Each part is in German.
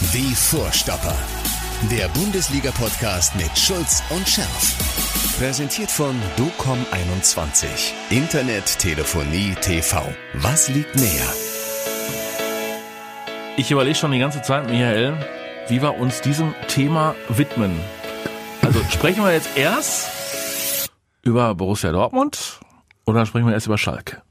Die Vorstopper. Der Bundesliga-Podcast mit Schulz und Scherf. Präsentiert von DOCOM21. Internet, Telefonie, TV. Was liegt näher? Ich überlege schon die ganze Zeit, Michael, wie wir uns diesem Thema widmen. Also sprechen wir jetzt erst über Borussia Dortmund oder sprechen wir erst über Schalke?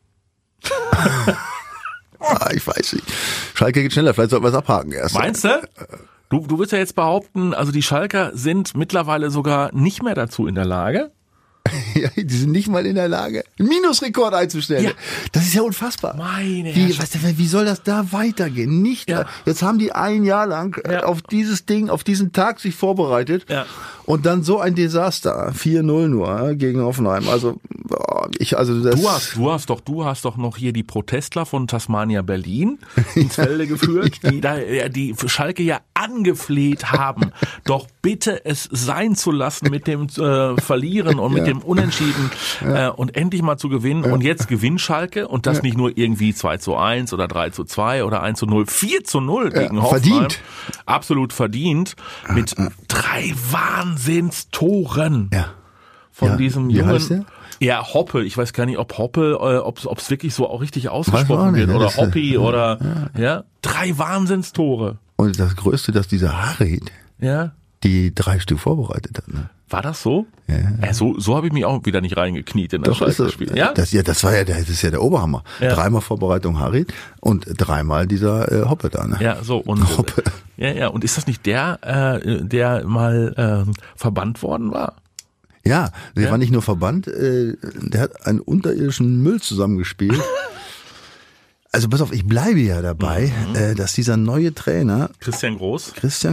Ich weiß nicht. Schalke geht schneller, vielleicht sollten wir es abhaken erst. Meinst du? Du willst ja jetzt behaupten, also die Schalker sind mittlerweile sogar nicht mehr dazu in der Lage. Ja, die sind nicht mal in der Lage, einen Minusrekord einzustellen. Ja. Das ist ja unfassbar. Meine wie soll das da weitergehen? Nicht. Ja. Jetzt haben die ein Jahr lang auf dieses Ding, auf diesen Tag sich vorbereitet. Ja. Und dann so ein Desaster. 4-0 nur gegen Hoffenheim. Also, Du hast doch noch hier die Protestler von Tasmania Berlin ins Felde geführt, die Schalke ja angefleht haben, doch bitte es sein zu lassen mit dem Verlieren und mit dem Unentschieden und endlich mal zu gewinnen. Und jetzt gewinnt Schalke und das nicht nur irgendwie 2-1 oder 3-2 oder 1-0, 4-0 gegen Hoffenheim. Verdient. Absolut verdient. Mit 3 Wahnsinnstoren von diesem Jungen. Wie heißt der? Ja, Hoppe. Ich weiß gar nicht, ob Hoppe, ob es wirklich so auch richtig ausgesprochen wird. Oder Hoppi oder 3 Wahnsinnstore. Und das Größte, dass dieser Harit die 3 Stück vorbereitet hat. Ne? War das so? Ja. So habe ich mich auch wieder nicht reingekniet in das Schalke-Spiel. Ja? Das ist ja der Oberhammer. Ja. 3-mal Vorbereitung Harit und 3-mal dieser Hoppe da. Ne? Ja, so. Und Hoppe. Ja. Und ist das nicht der mal verbannt worden war? Ja, der war nicht nur verbannt, der hat einen unterirdischen Müll zusammengespielt. Also pass auf, ich bleibe ja dabei, dass dieser neue Trainer Christian Groß,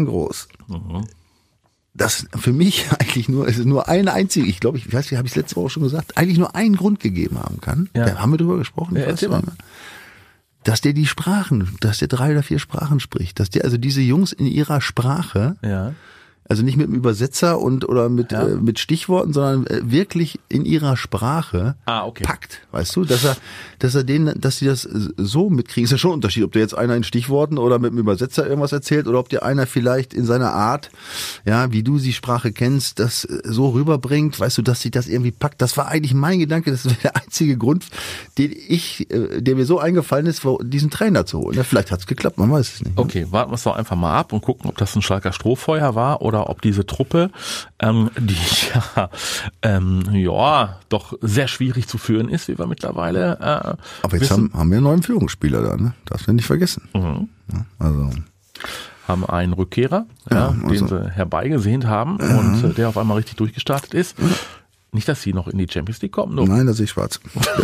das für mich eigentlich nur eine einzige, ich glaube, ich weiß, wie habe ich es letzte Woche schon gesagt, eigentlich nur einen Grund gegeben haben kann. Ja. Da haben wir drüber gesprochen. Dass der 3 oder 4 Sprachen spricht, dass der also diese Jungs in ihrer Sprache also nicht mit einem Übersetzer oder mit Stichworten, sondern wirklich in ihrer Sprache packt, weißt du, dass die das so mitkriegen. Ist ja schon ein Unterschied, ob dir jetzt einer in Stichworten oder mit einem Übersetzer irgendwas erzählt oder ob dir einer vielleicht in seiner Art, wie du die Sprache kennst, das so rüberbringt, weißt du, dass sich das irgendwie packt. Das war eigentlich mein Gedanke, das wäre der einzige Grund, der mir so eingefallen ist, diesen Trainer zu holen. Ja, vielleicht hat's geklappt, man weiß es nicht. Okay, warten wir es doch einfach mal ab und gucken, ob das ein Schalker Strohfeuer war oder ob diese Truppe, die doch sehr schwierig zu führen ist, wie wir mittlerweile aber jetzt haben wir einen neuen Führungsspieler da, ne? Darfst du nicht vergessen. Mhm. Also haben einen Rückkehrer, den sie herbeigesehnt haben und der auf einmal richtig durchgestartet ist. Nicht, dass sie noch in die Champions League kommen. Nur. Nein, da sehe ich schwarz.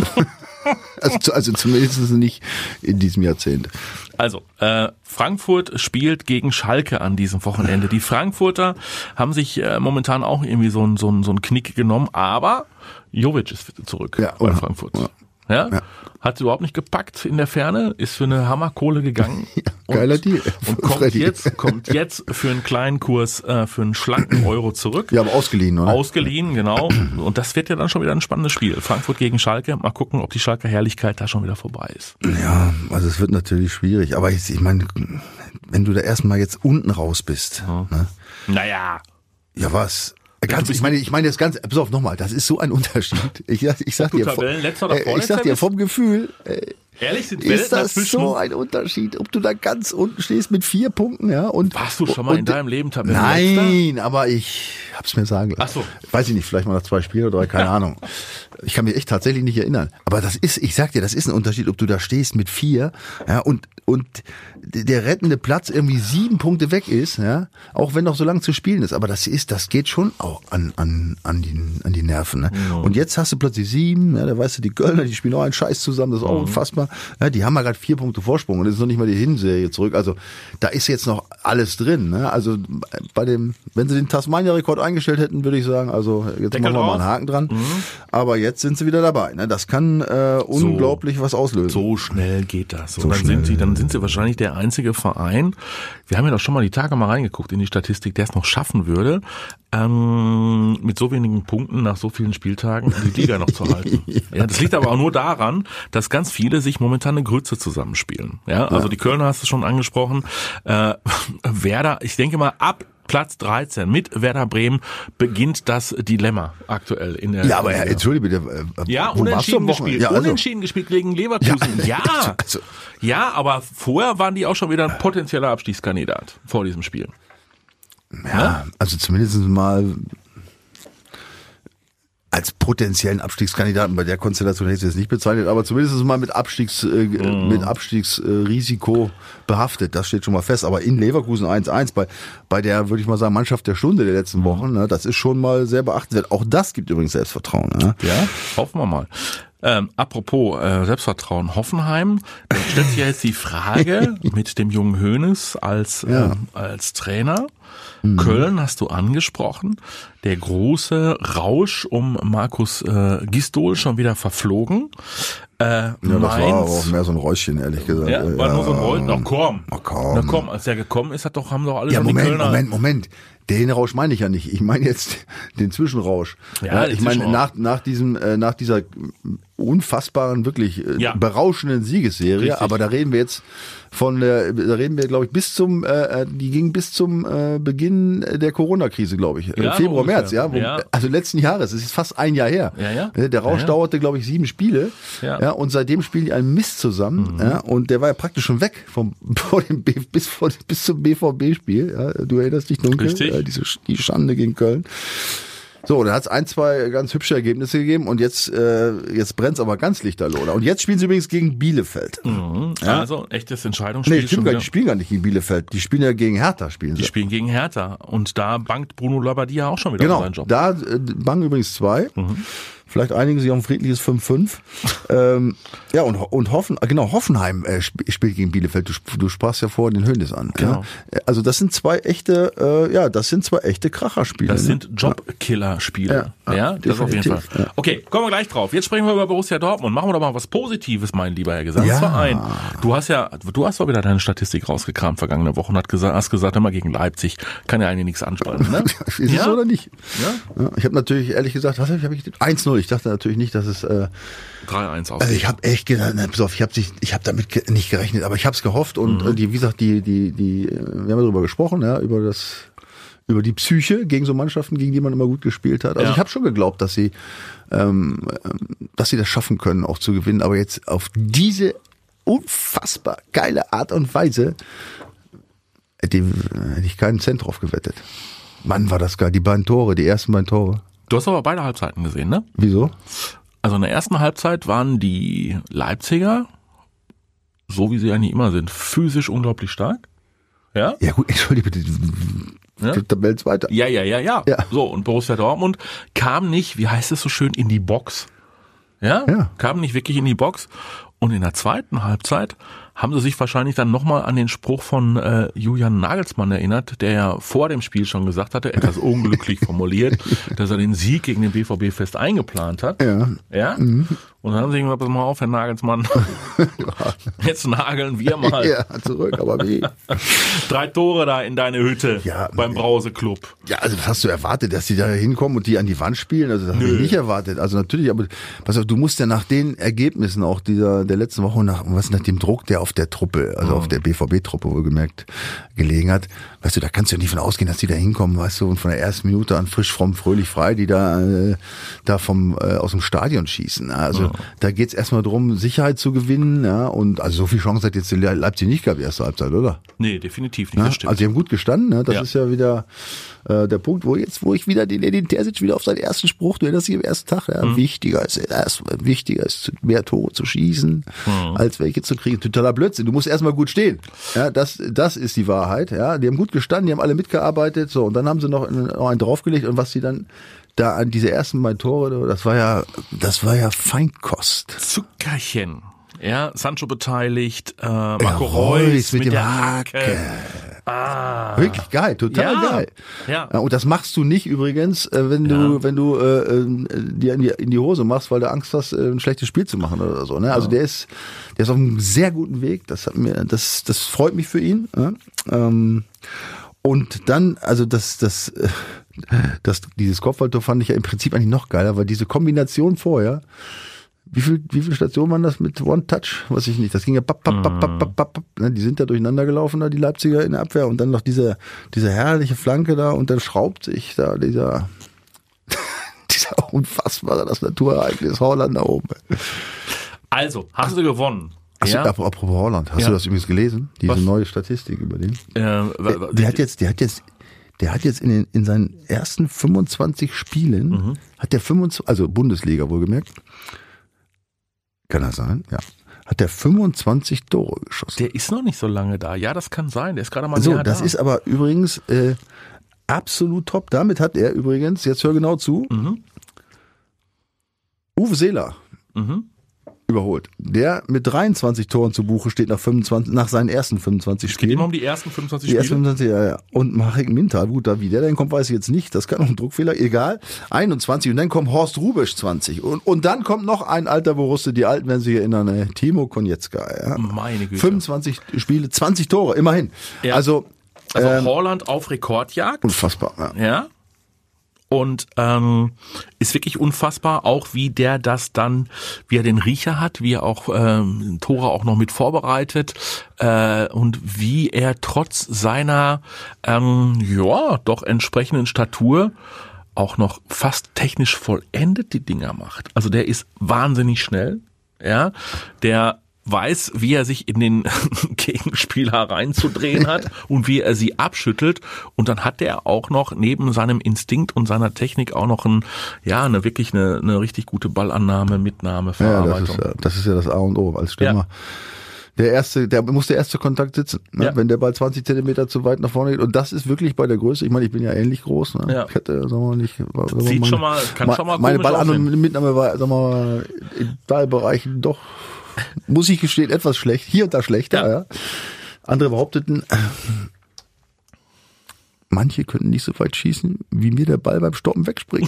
also zumindest nicht in diesem Jahrzehnt. Also, Frankfurt spielt gegen Schalke an diesem Wochenende. Die Frankfurter haben sich momentan auch irgendwie so einen Knick genommen, aber Jovic ist zurück bei Frankfurt. Ja? Hat sie überhaupt nicht gepackt in der Ferne, ist für eine Hammerkohle gegangen. Geiler Deal. Und kommt jetzt für einen kleinen Kurs, für einen schlanken Euro zurück. Ja, aber ausgeliehen, oder? Ausgeliehen, genau. Und das wird ja dann schon wieder ein spannendes Spiel. Frankfurt gegen Schalke. Mal gucken, ob die Schalker Herrlichkeit da schon wieder vorbei ist. Ja, also es wird natürlich schwierig. Aber ich meine, wenn du da erstmal jetzt unten raus bist. Ne? Naja. Ja, was? Ich meine das Ganze, pass auf nochmal, das ist so ein Unterschied. Ich sag dir vom Gefühl, ehrlich, ist das so ein Unterschied, ob du da ganz unten stehst mit 4 Punkten, und warst du schon mal in deinem Leben Tabellenletzter? Nein, aber ich hab's mir sagen lassen. Ach so. Weiß ich nicht, vielleicht mal nach 2 Spielen oder 3, keine Ahnung. Ich kann mich echt tatsächlich nicht erinnern. Aber ich sag dir, das ist ein Unterschied, ob du da stehst mit 4, und der rettende Platz irgendwie 7 Punkte weg ist, auch wenn noch so lange zu spielen ist. Aber das geht schon auch an die Nerven, ne? Ja. Und jetzt hast du plötzlich 7, da weißt du, die Kölner, die spielen auch einen Scheiß zusammen, das ist auch unfassbar. Ja, die haben ja gerade 4 Punkte Vorsprung und das ist noch nicht mal die Hinserie zurück. Also da ist jetzt noch alles drin, ne? Also wenn sie den Tasmania-Rekord eingestellt hätten, würde ich sagen, also jetzt machen wir mal einen Haken dran. Aber jetzt sind sie wieder dabei, ne? Das kann unglaublich was auslösen. So schnell geht das. Und dann sind sie wahrscheinlich der einzige Verein, wir haben ja doch schon mal die Tage mal reingeguckt in die Statistik, der es noch schaffen würde, mit so wenigen Punkten nach so vielen Spieltagen die Liga noch zu halten. Ja, das liegt aber auch nur daran, dass ganz viele sich sich momentan eine Grütze zusammenspielen. Ja, also die Kölner hast du schon angesprochen. Werder, ich denke mal, ab Platz 13 mit Werder Bremen beginnt das Dilemma aktuell in der. Ja, aber entschuldige bitte. Ja, unentschieden gespielt. Ja, also. Unentschieden gespielt gegen Leverkusen. Ja, aber vorher waren die auch schon wieder ein potenzieller Abstiegskandidat vor diesem Spiel. Ja, also zumindest mal als potenziellen Abstiegskandidaten, bei der Konstellation hätte ich es jetzt nicht bezeichnet, aber zumindest mal mit Abstiegsrisiko behaftet, das steht schon mal fest. Aber in Leverkusen 1-1, bei der, würde ich mal sagen, Mannschaft der Stunde der letzten Wochen, ne, das ist schon mal sehr beachtenswert. Auch das gibt übrigens Selbstvertrauen. Ne? Ja, hoffen wir mal. Apropos Selbstvertrauen, Hoffenheim, da stellt sich ja jetzt die Frage mit dem jungen Hoeneß als Trainer. Köln hast du angesprochen. Der große Rausch um Markus Gisdol schon wieder verflogen. Ja, das war aber auch mehr so ein Räuschchen, ehrlich gesagt. Ja, war nur so ein Räuschchen. Na komm. Na komm, als der gekommen ist, haben doch alle schon Moment, die Kölner... Moment. Den Rausch meine ich ja nicht. Ich meine jetzt den Zwischenrausch. Ja, ich meine nach dieser unfassbaren, wirklich berauschenden Siegesserie. Richtig. Aber da reden wir jetzt glaube ich, die ging bis zum Beginn der Corona-Krise, glaube ich. Ja, Februar, ungefähr. März, also letzten Jahres. Es ist fast ein Jahr her. Ja. Der Rausch dauerte, glaube ich, 7 Spiele. Ja, und seitdem spielen die einen Mist zusammen. Ja, und der war ja praktisch schon weg bis zum BVB-Spiel. Ja, du erinnerst dich dunkel. Richtig. Die Schande gegen Köln. So, da hat es 1-2 ganz hübsche Ergebnisse gegeben und jetzt brennt's aber ganz lichterloh. Und jetzt spielen sie übrigens gegen Bielefeld. Ja? Also echtes Entscheidungsspiel. Nee, stimmt gar nicht, die spielen gar nicht gegen Bielefeld. Die spielen ja gegen Hertha. Die spielen gegen Hertha. Und da bangt Bruno Labbadia auch schon wieder um seinen Job. Da bangen übrigens 2. Vielleicht einigen sich auf ein friedliches 5-5. Und Hoffenheim spielt gegen Bielefeld. Du sprachst ja vorhin den Hoeneß an. Genau. Ja? Also das sind zwei echte Kracherspiele. Das sind Jobkiller-Spiele. Ja, das auf jeden Fall. Ja. Okay, kommen wir gleich drauf. Jetzt sprechen wir über Borussia Dortmund. Machen wir doch mal was Positives, mein lieber Herr Gesangsverein. Du hast doch wieder deine Statistik rausgekramt vergangene Woche und hast gesagt, immer gegen Leipzig kann ja eigentlich nichts anspannen. Ne? Ist es so oder nicht? Ja. Ich habe natürlich ehrlich gesagt, was habe ich 1-0. Ich dachte natürlich nicht, dass es 3-1 aussieht. Also ich habe echt gedacht, ich habe damit nicht gerechnet, aber ich habe es gehofft und wie gesagt, wir haben darüber gesprochen, ja, über die Psyche gegen so Mannschaften, gegen die man immer gut gespielt hat. Also ich habe schon geglaubt, dass sie das schaffen können, auch zu gewinnen, aber jetzt auf diese unfassbar geile Art und Weise hätte ich keinen Cent drauf gewettet. Mann, war das geil, die ersten beiden Tore. Du hast aber beide Halbzeiten gesehen, ne? Wieso? Also in der ersten Halbzeit waren die Leipziger, so wie sie eigentlich immer sind, physisch unglaublich stark. Ja? Ja gut, entschuldige bitte. Tabellenzweiter. Ja. So, und Borussia Dortmund kam nicht, wie heißt es so schön, in die Box. Ja? Kam nicht wirklich in die Box. Und in der zweiten Halbzeit haben sie sich wahrscheinlich dann nochmal an den Spruch von Julian Nagelsmann erinnert, der ja vor dem Spiel schon gesagt hatte, etwas unglücklich formuliert, dass er den Sieg gegen den BVB fest eingeplant hat. Ja? Und dann haben sie gesagt, pass mal auf, Herr Nagelsmann, jetzt nageln wir mal. Ja, zurück, aber wie? 3 Tore da in deine Hütte beim Brause-Club. Ja, also was hast du erwartet, dass die da hinkommen und die an die Wand spielen? Also das habe ich nicht erwartet. Also natürlich, aber pass auf, du musst ja nach den Ergebnissen auch der letzten Woche nach dem Druck, der auf der Truppe, also auf der BVB-Truppe wohlgemerkt gelegen hat, weißt du, da kannst du ja nicht von ausgehen, dass die da hinkommen, weißt du, und von der ersten Minute an frisch, fromm, fröhlich, frei, die da aus dem Stadion schießen. Also da geht's erstmal drum, Sicherheit zu gewinnen, ja, und also so viel Chance hat jetzt Leipzig nicht gehabt, die erste Halbzeit, oder? Nee, definitiv nicht, das stimmt. Also die haben gut gestanden, ne? Das ist ja wieder der Punkt, wo ich wieder den Edin Terzic wieder auf seinen ersten Spruch, du erinnerst dich am ersten Tag, wichtiger ist mehr Tore zu schießen, als welche zu kriegen. Totaler Blödsinn. Du musst erstmal gut stehen. Ja, das ist die Wahrheit. Ja, die haben gut gestanden, die haben alle mitgearbeitet, so, und dann haben sie noch einen draufgelegt, und was sie dann da an diese ersten beiden Tore, das war ja Feinkost. Zuckerchen. Ja, Sancho beteiligt, Marco Reus mit der Hacke. Wirklich geil, total geil. Ja. Und das machst du nicht übrigens, wenn du dir in die Hose machst, weil du Angst hast, ein schlechtes Spiel zu machen oder so. Ne? Also der ist auf einem sehr guten Weg. Das freut mich für ihn. Ja? Und dann, also dieses Kopfballtor fand ich ja im Prinzip eigentlich noch geiler, weil diese Kombination vorher wie viel Stationen waren das mit One-Touch? Weiß ich nicht. Das ging ja die sind da durcheinander gelaufen, da die Leipziger in der Abwehr und dann noch diese herrliche Flanke da und dann schraubt sich da dieser unfassbare, das Naturereignis Haaland da oben. Also, hast du gewonnen. Ja? Apropos Haaland, hast du das übrigens gelesen? Diese neue Statistik über den? Der hat jetzt in seinen ersten 25 Spielen, hat der 25, also Bundesliga wohlgemerkt, kann das sein? Ja. Hat der 25 Tore geschossen. Der ist noch nicht so lange da. Ja, das kann sein. Der ist gerade mal ein Jahr da. Das ist aber übrigens absolut top. Damit hat er übrigens, jetzt hör genau zu, Uwe Seeler überholt. Der mit 23 Toren zu Buche steht nach seinen ersten 25 Spielen. Es geht immer um die ersten 25 Spiele? Die ersten 25, ja. Und Marek Mintal, gut, wie der denn kommt, weiß ich jetzt nicht. Das kann auch ein Druckfehler, egal. 21 und dann kommt Horst Rubesch 20. Und dann kommt noch ein alter Borusse, die Alten werden sich erinnern, Timo Konietzka. Ja. Meine Güte. 25 Spiele, 20 Tore, immerhin. Ja. Also Haaland auf Rekordjagd. Unfassbar, ja. Und ist wirklich unfassbar, auch wie der das dann, wie er den Riecher hat, wie er auch Tore auch noch mit vorbereitet und wie er trotz seiner doch entsprechenden Statur auch noch fast technisch vollendet die Dinger macht. Also der ist wahnsinnig schnell, ja, der weiß, wie er sich in den Gegenspieler reinzudrehen hat und wie er sie abschüttelt. Und dann hat er auch noch neben seinem Instinkt und seiner Technik auch noch eine richtig gute Ballannahme, Mitnahme, Verarbeitung. Ja, das ist ja das A und O als Stürmer. Ja. Der muss der erste Kontakt sitzen, ne? Ja. Wenn der Ball 20 Zentimeter zu weit nach vorne geht. Und das ist wirklich bei der Größe. Ich meine, ich bin ja ähnlich groß. Ne? Ja. Ich hätte, meine Ballannahme und Mitnahme war, in Ballbereichen doch, muss ich gestehen, etwas schlecht. Hier und da schlechter. Ja. Andere behaupteten, manche könnten nicht so weit schießen, wie mir der Ball beim Stoppen wegspringt.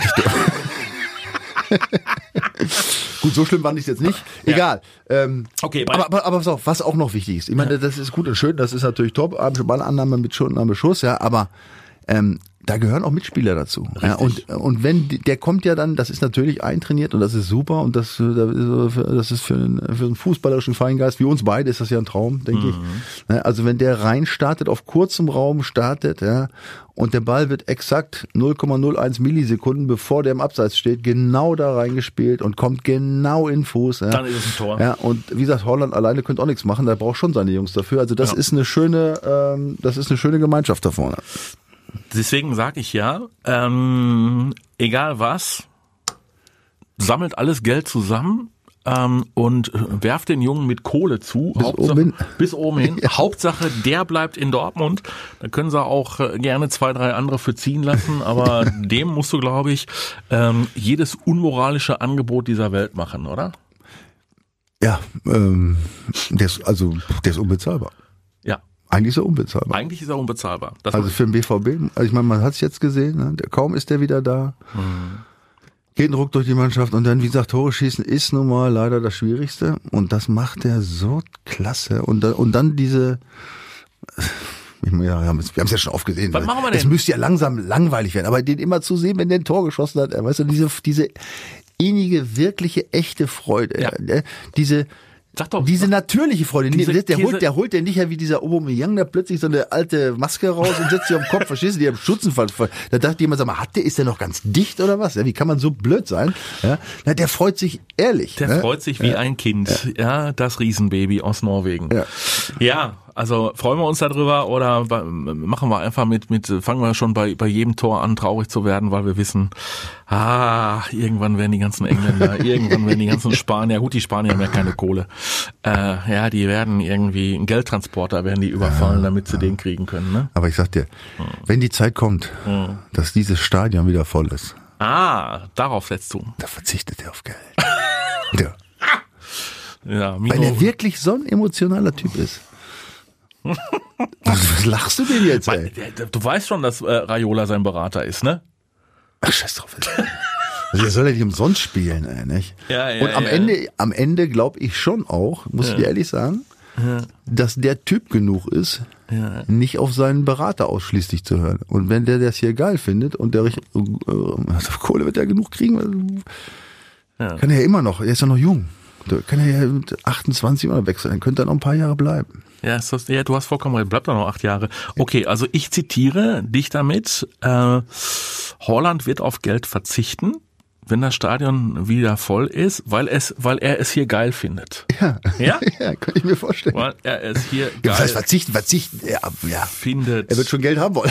Gut, so schlimm war es jetzt nicht. Egal. Okay, aber pass auf, was auch noch wichtig ist. Ich meine, das ist gut und schön, das ist natürlich top. Ballannahme mit Schuss, ja, aber da gehören auch Mitspieler dazu. Ja, und wenn der kommt ja dann, das ist natürlich eintrainiert und das ist super und das ist für einen fußballerischen Feingeist wie uns beide ist das ja ein Traum, denke ich. Also wenn der rein startet, auf kurzem Raum startet, ja, und der Ball wird exakt 0,01 Millisekunden, bevor der im Abseits steht, genau da reingespielt und kommt genau in den Fuß. Ja. Dann ist es ein Tor. Ja, und wie gesagt, Holland alleine könnte auch nichts machen, der braucht schon seine Jungs dafür. Also das ist eine schöne Gemeinschaft da vorne. Deswegen sage ich egal was, sammelt alles Geld zusammen und werft den Jungen mit Kohle zu. Bis oben hin. Ja. Hauptsache, der bleibt in Dortmund. Da können sie auch gerne 2, 3 andere für ziehen lassen, aber dem musst du, glaube ich, jedes unmoralische Angebot dieser Welt machen, oder? Ja, der ist unbezahlbar. Eigentlich ist er unbezahlbar. Also für den BVB, also ich meine, man hat es jetzt gesehen, ne? Kaum ist der wieder da, geht ein Ruck durch die Mannschaft und dann, wie gesagt, Tore schießen ist nun mal leider das Schwierigste und das macht er so klasse und dann diese, wir haben es ja schon oft gesehen, was machen wir denn? Es müsste ja langsam langweilig werden, aber den immer zu sehen, wenn der ein Tor geschossen hat, weißt du, diese innige, wirkliche, echte Freude, diese natürliche Freude, der holt ja nicht wie dieser Aubameyang da plötzlich so eine alte Maske raus und setzt sie auf den Kopf, verstehst du, die haben Schutzenfall. Da dachte jemand, sag mal, ist der noch ganz dicht oder was? Ja, wie kann man so blöd sein? Ja, na, der freut sich ehrlich. Der freut sich wie ein Kind, das Riesenbaby aus Norwegen. Ja, also freuen wir uns darüber oder machen wir einfach fangen wir schon bei jedem Tor an, traurig zu werden, weil wir wissen, irgendwann werden die ganzen Engländer, irgendwann werden die ganzen Spanier, gut, die Spanier haben ja keine Kohle, die werden irgendwie, einen Geldtransporter werden die überfallen, damit sie den kriegen können, ne? Aber ich sag dir, wenn die Zeit kommt, dass dieses Stadion wieder voll ist. Darauf setzt du. Da verzichtet er auf Geld. Ja, weil er wirklich so ein emotionaler Typ ist. Was lachst du denn jetzt, ey? Du weißt schon, dass Raiola sein Berater ist, ne? Ach, scheiß drauf. Also, der soll ja nicht umsonst spielen, ey, nicht? Ja, und am Ende glaube ich schon auch, muss ich dir ehrlich sagen, dass der Typ genug ist, nicht auf seinen Berater ausschließlich zu hören. Und wenn der das hier geil findet und der Kohle wird er genug kriegen, Ja. Kann er ja immer noch, er ist ja noch jung. Da kann er ja mit 28 immer noch wechseln, dann könnte er noch ein paar Jahre bleiben. Ja, du hast vollkommen recht, bleibt doch noch 8 Jahre. Okay, also ich zitiere dich damit, Haaland wird auf Geld verzichten, wenn das Stadion wieder voll ist, weil er es hier geil findet. Ja, ja, kann ich mir vorstellen. Weil er es hier geil das heißt verzichten, findet. Er wird schon Geld haben wollen.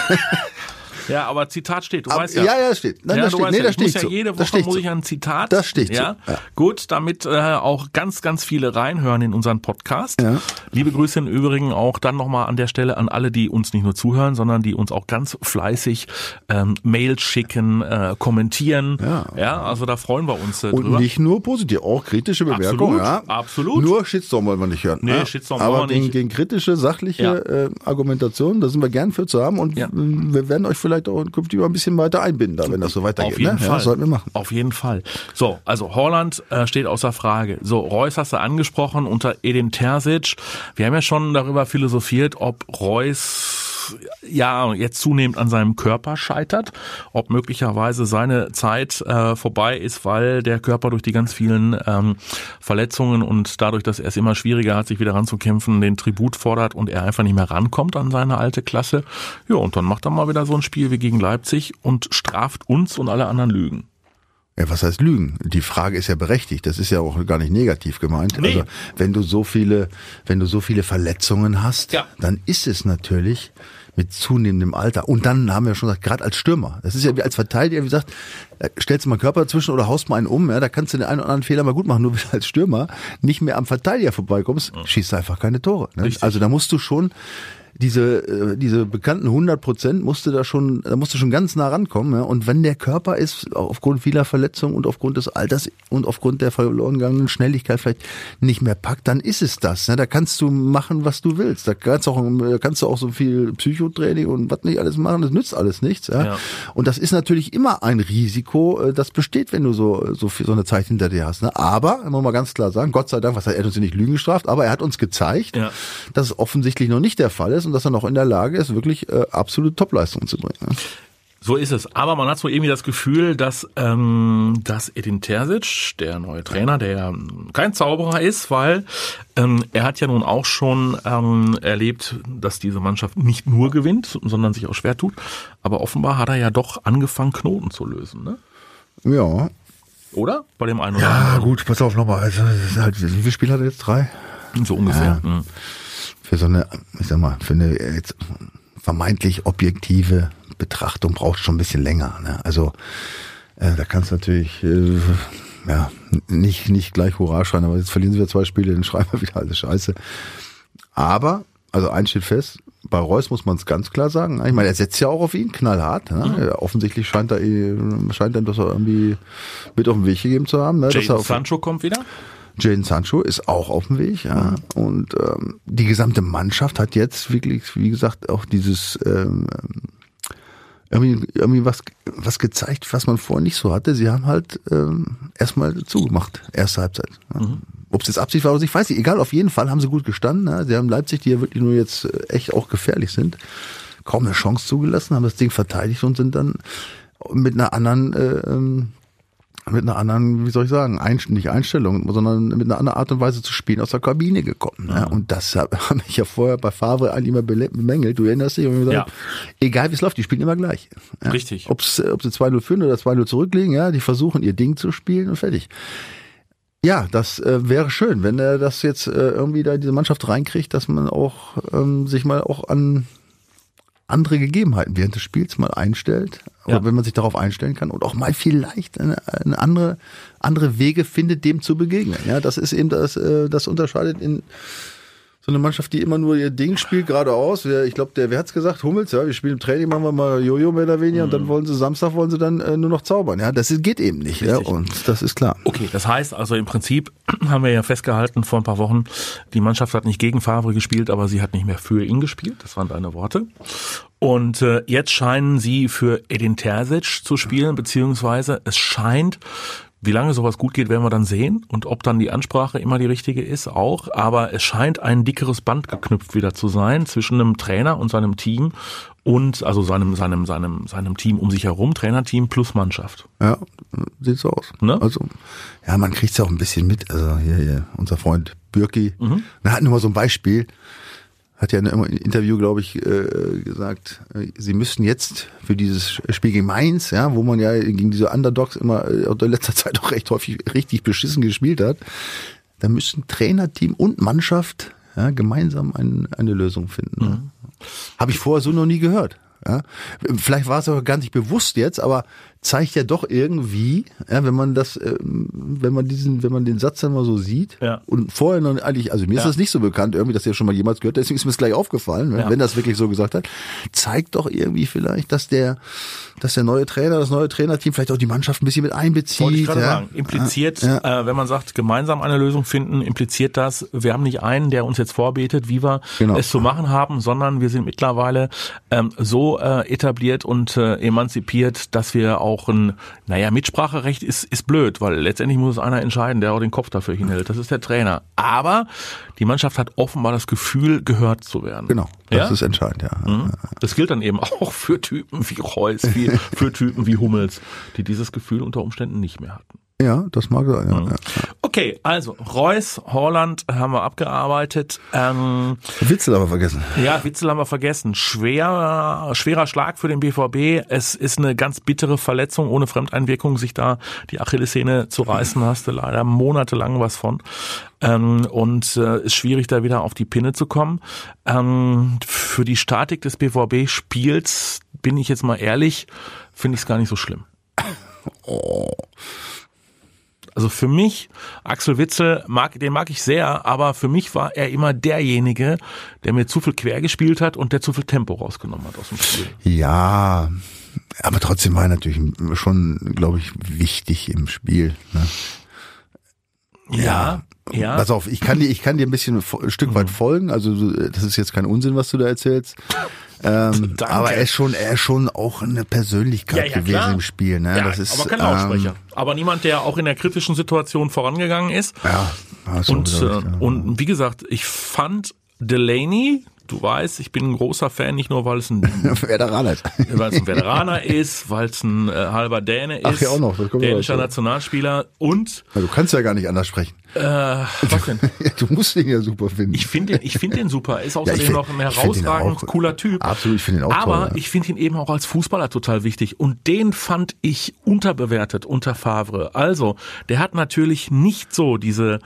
Ja, aber Zitat steht, du weißt ja. Ja, das steht. Nein, ja, das steht. Nee, das steht so. Jede Woche muss ich ein Zitat. Das steht ja? so. Ja. Gut, damit auch ganz, ganz viele reinhören in unseren Podcast. Ja. Liebe Grüße im Übrigen auch dann nochmal an der Stelle an alle, die uns nicht nur zuhören, sondern die uns auch ganz fleißig Mails schicken, kommentieren. Ja, also da freuen wir uns drüber. Und nicht nur positiv, auch kritische Bemerkungen. Absolut. Nur Shitstorm wollen wir nicht hören. Nee, Shitstorm wollen wir nicht. Gegen kritische, sachliche Argumentationen, da sind wir gern für zu haben und wir werden euch vielleicht auch künftig ein bisschen weiter einbinden, da, wenn das so weitergeht. Auf jeden Fall. Ja, sollten wir machen. Auf jeden Fall. So, also Haaland steht außer Frage. So, Reus hast du angesprochen unter Edin Terzic. Wir haben ja schon darüber philosophiert, ob Reus jetzt zunehmend an seinem Körper scheitert, ob möglicherweise seine Zeit vorbei ist, weil der Körper durch die ganz vielen Verletzungen und dadurch, dass er es immer schwieriger hat, sich wieder ranzukämpfen, den Tribut fordert und er einfach nicht mehr rankommt an seine alte Klasse. Ja, und dann macht er mal wieder so ein Spiel wie gegen Leipzig und straft uns und alle anderen Lügen. Ja, was heißt Lügen? Die Frage ist ja berechtigt. Das ist ja auch gar nicht negativ gemeint. Nee. Also, wenn du so viele Verletzungen hast, dann ist es natürlich mit zunehmendem Alter. Und dann haben wir schon gesagt, gerade als Stürmer. Das ist ja wie als Verteidiger, wie gesagt, stellst du mal einen Körper dazwischen oder haust mal einen um, ja, da kannst du den einen oder anderen Fehler mal gut machen. Nur wenn du als Stürmer nicht mehr am Verteidiger vorbeikommst, schießt du einfach keine Tore. Ne? Also da musst du schon diese bekannten 100% da musst du schon ganz nah rankommen, ja. Und wenn der Körper ist, aufgrund vieler Verletzungen und aufgrund des Alters und aufgrund der verloren gegangenen Schnelligkeit vielleicht nicht mehr packt, dann ist es das, ne. Da kannst du machen, was du willst. Da kannst du auch so viel Psychotraining und was nicht alles machen, das nützt alles nichts, ja. Und das ist natürlich immer ein Risiko, das besteht, wenn du so eine Zeit hinter dir hast, ne. Aber, muss man mal ganz klar sagen, Gott sei Dank, er hat uns ja nicht Lügen gestraft, aber er hat uns gezeigt, dass es offensichtlich noch nicht der Fall ist und dass er noch in der Lage ist, wirklich absolute Topleistungen zu bringen. So ist es. Aber man hat so irgendwie das Gefühl, dass Edin Terzic, der neue Trainer, der ja kein Zauberer ist, weil er hat ja nun auch schon erlebt, dass diese Mannschaft nicht nur gewinnt, sondern sich auch schwer tut. Aber offenbar hat er ja doch angefangen, Knoten zu lösen, ne? Ja. Oder? Bei dem einen oder anderen. Ja, gut, pass auf nochmal. Also, wie viele Spiele hat er jetzt? 3? So ungefähr. Ja. Für so eine, für eine jetzt vermeintlich objektive Betrachtung braucht schon ein bisschen länger. Ne? Also da kannst du natürlich nicht gleich Hurra schreien, aber jetzt verlieren sie wieder 2 Spiele, dann schreiben wir wieder alles Scheiße. Aber, also eins steht fest, bei Reus muss man es ganz klar sagen. Ich meine, er setzt ja auch auf ihn, knallhart. Ne? Offensichtlich scheint ihm das irgendwie mit auf den Weg gegeben zu haben. Ne? Jadon Sancho kommt wieder? Jadon Sancho ist auch auf dem Weg, ja. Und die gesamte Mannschaft hat jetzt wirklich, wie gesagt, auch dieses irgendwie was gezeigt, was man vorher nicht so hatte. Sie haben halt erstmal zugemacht, erste Halbzeit. Ja. Ob es jetzt Absicht war oder nicht, weiß ich. Egal, auf jeden Fall haben sie gut gestanden. Ja. Sie haben Leipzig, die ja wirklich nur jetzt echt auch gefährlich sind, kaum eine Chance zugelassen, haben das Ding verteidigt und sind dann mit einer anderen, wie soll ich sagen, nicht Einstellung, sondern mit einer anderen Art und Weise zu spielen aus der Kabine gekommen. Ja. Und das habe ich ja vorher bei Favre eigentlich immer bemängelt. Du erinnerst dich, und mir gesagt, egal wie es läuft, die spielen immer gleich. Ja. Richtig. Ob sie 2-0 führen oder 2-0 zurückliegen, ja, die versuchen ihr Ding zu spielen und fertig. Ja, das wäre schön, wenn er das jetzt irgendwie da in diese Mannschaft reinkriegt, dass man auch sich mal auch an andere Gegebenheiten während des Spiels mal einstellt, oder wenn man sich darauf einstellen kann und auch mal vielleicht eine andere Wege findet, dem zu begegnen. Ja, das ist eben das unterscheidet in so eine Mannschaft, die immer nur ihr Ding spielt, geradeaus. Ich glaube, wer hat's gesagt? Hummels, ja, wir spielen im Training, machen wir mal Jojo mehr oder weniger und dann Samstag wollen sie dann nur noch zaubern. Ja, das geht eben nicht. Ja, und das ist klar. Okay, das heißt also im Prinzip haben wir ja festgehalten vor ein paar Wochen, die Mannschaft hat nicht gegen Favre gespielt, aber sie hat nicht mehr für ihn gespielt. Das waren deine Worte. Und jetzt scheinen sie für Edin Terzic zu spielen, beziehungsweise es scheint, wie lange sowas gut geht, werden wir dann sehen und ob dann die Ansprache immer die richtige ist auch. Aber es scheint ein dickeres Band geknüpft wieder zu sein zwischen einem Trainer und seinem Team und also seinem Team um sich herum, Trainerteam plus Mannschaft. Ja, sieht so aus. Ne? Also, ja, man kriegt es auch ein bisschen mit. Also hier unser Freund Bürki, da hat nur mal so ein Beispiel, hat ja in einem Interview, glaube ich, gesagt, sie müssten jetzt für dieses Spiel gegen Mainz, ja, wo man ja gegen diese Underdogs immer in letzter Zeit auch recht häufig richtig beschissen gespielt hat, da müssen Trainerteam und Mannschaft gemeinsam eine Lösung finden. Habe ich vorher so noch nie gehört. Ja? Vielleicht war es aber gar nicht bewusst jetzt, aber zeigt ja doch irgendwie, ja, wenn man den Satz dann mal so sieht und vorher noch eigentlich, also mir ist das nicht so bekannt irgendwie, dass der schon mal jemals gehört, deswegen ist mir es gleich aufgefallen, wenn das wirklich so gesagt hat, zeigt doch irgendwie vielleicht, dass der neue Trainer, das neue Trainerteam vielleicht auch die Mannschaft ein bisschen mit einbezieht. Wollte ich gerade sagen. Impliziert, wenn man sagt, gemeinsam eine Lösung finden, impliziert das, wir haben nicht einen, der uns jetzt vorbetet, wie wir es zu machen haben, sondern wir sind mittlerweile so etabliert und emanzipiert, dass wir auch Mitspracherecht ist blöd, weil letztendlich muss es einer entscheiden, der auch den Kopf dafür hinhält. Das ist der Trainer. Aber die Mannschaft hat offenbar das Gefühl, gehört zu werden. Genau, das ist entscheidend, ja. Das gilt dann eben auch für Typen wie Reus, für Typen wie Hummels, die dieses Gefühl unter Umständen nicht mehr hatten. Ja, das mag sein. Ja. Okay, also Reus, Haaland haben wir abgearbeitet. Witzel haben wir vergessen. Ja, Witzel haben wir vergessen. Schwerer Schlag für den BVB. Es ist eine ganz bittere Verletzung ohne Fremdeinwirkung, sich da die Achillessehne zu reißen, hast du leider monatelang was von. Und ist schwierig, da wieder auf die Pinne zu kommen. Für die Statik des BVB-Spiels, bin ich jetzt mal ehrlich, finde ich es gar nicht so schlimm. Also für mich, Axel Witsel, den mag ich sehr, aber für mich war er immer derjenige, der mir zu viel quer gespielt hat und der zu viel Tempo rausgenommen hat aus dem Spiel. Ja, aber trotzdem war er natürlich schon, glaube ich, wichtig im Spiel. Ne? Ja. Pass auf, ich kann dir ein bisschen ein Stück weit folgen, also das ist jetzt kein Unsinn, was du da erzählst. Aber er ist schon auch eine Persönlichkeit gewesen klar. Im Spiel. Ne? Ja, das ist, aber kein Lautsprecher. Aber niemand, der auch in der kritischen Situation vorangegangen ist. Ja, und wie gesagt, ich fand Delaney, du weißt, ich bin ein großer Fan, nicht nur weil es ein Veteraner ist, weil es ein halber Däne ist, ja auch noch, dänischer Nationalspieler und... Ja, du kannst ja gar nicht anders sprechen. Was denn? Du musst den ja super finden. Ich finde den super. Er ist außerdem noch ein herausragend cooler Typ. Absolut, ich finde ihn auch toll. Aber ich finde ihn eben auch als Fußballer total wichtig. Und den fand ich unterbewertet unter Favre. Also, der hat natürlich nicht so dieses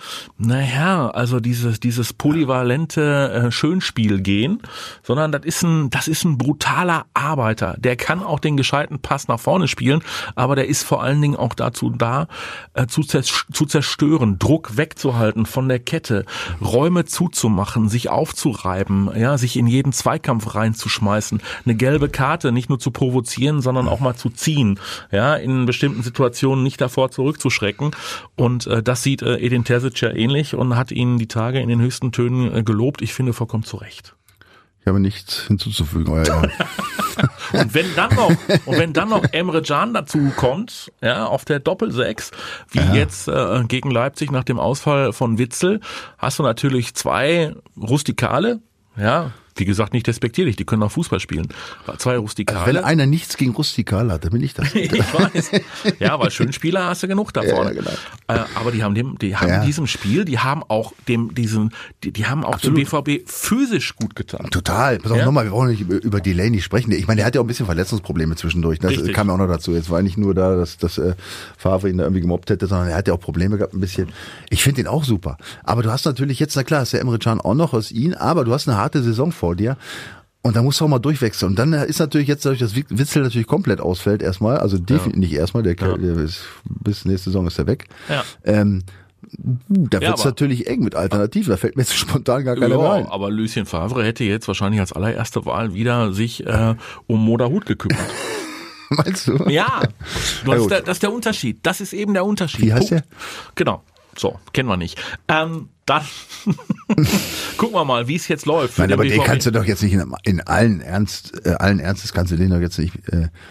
polyvalente Schönspielgehen, sondern das ist ein brutaler Arbeiter. Der kann auch den gescheiten Pass nach vorne spielen, aber der ist vor allen Dingen auch dazu da, zu zerstören, Druck wegzuhalten von der Kette, Räume zuzumachen, sich aufzureiben, ja, sich in jeden Zweikampf reinzuschmeißen, eine gelbe Karte nicht nur zu provozieren, sondern auch mal zu ziehen, ja, in bestimmten Situationen nicht davor zurückzuschrecken. Und das sieht Edin Terzic ja ähnlich und hat ihn die Tage in den höchsten Tönen gelobt. Ich finde vollkommen zu Recht. Ich habe nichts hinzuzufügen, euer Ehren. Und wenn dann noch Emre Can dazu kommt, ja, auf der Doppel-6, wie jetzt gegen Leipzig nach dem Ausfall von Witzel, hast du natürlich zwei Rustikale, ja, wie gesagt, nicht despektierlich, die können auch Fußball spielen. Zwei Rustikale. Also wenn einer nichts gegen Rustikale hat, dann bin ich das. Ich weiß. Ja, weil Schönspieler hast du genug davon. Ja, genau. Aber die haben diesem Spiel, die haben auch dem BVB physisch gut getan. Total. Pass auf, nochmal, wir brauchen nicht über Delaney sprechen. Ich meine, der hat ja auch ein bisschen Verletzungsprobleme zwischendurch. Das kam ja auch noch dazu. Jetzt war nicht nur da, dass Favre ihn da irgendwie gemobbt hätte, sondern er hat ja auch Probleme gehabt ein bisschen. Ich finde ihn auch super. Aber du hast natürlich jetzt, na klar, ist der Emre Can auch noch aus ihn, aber du hast eine harte Saison vor dir. Und da musst du auch mal durchwechseln. Und dann ist natürlich jetzt dadurch, dass Witzel natürlich komplett ausfällt erstmal, also definitiv nicht erstmal, der ist, bis nächste Saison ist er weg. Ja. Da wird's natürlich eng mit Alternativen. Da fällt mir jetzt spontan gar keiner mehr ein. Aber Lucien Favre hätte jetzt wahrscheinlich als allererste Wahl wieder sich um Moderhut gekümmert. Meinst du? Ja, das ist der Unterschied. Das ist eben der Unterschied. Wie heißt der? Genau. So, kennen wir nicht. Dann gucken wir mal, wie es jetzt läuft. Nein, aber den kannst du doch jetzt nicht in allen Ernstes kannst du den doch jetzt nicht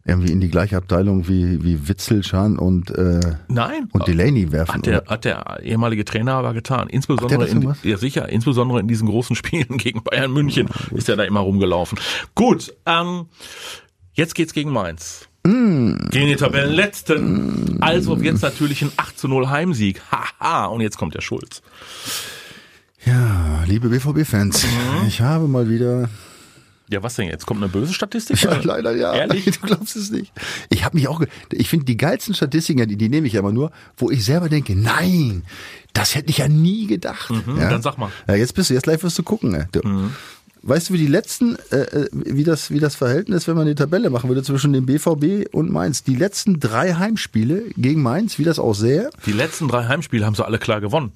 irgendwie in die gleiche Abteilung wie Witzel, Schahn und Nein. Und Delaney werfen. Hat der ehemalige Trainer aber getan. Insbesondere insbesondere in diesen großen Spielen gegen Bayern München ist er da immer rumgelaufen. Gut, jetzt geht's gegen Mainz. Gegen die Tabellenletzten. Also jetzt natürlich ein 8:0 Heimsieg. Haha, und jetzt kommt der Schulz. Ja, liebe BVB-Fans, ich habe mal wieder... Ja, was denn jetzt? Kommt eine böse Statistik? Ja, leider ja. Ehrlich? Du glaubst es nicht. Ich finde die geilsten Statistiken, die nehme ich ja immer nur, wo ich selber denke, nein, das hätte ich ja nie gedacht. Ja? Dann sag mal. Ja, jetzt live wirst du gucken. Weißt du, wie die letzten, wie das Verhältnis, wenn man die Tabelle machen würde zwischen dem BVB und Mainz, die letzten 3 Heimspiele gegen Mainz, wie das aussähe? Die letzten 3 Heimspiele haben sie alle klar gewonnen.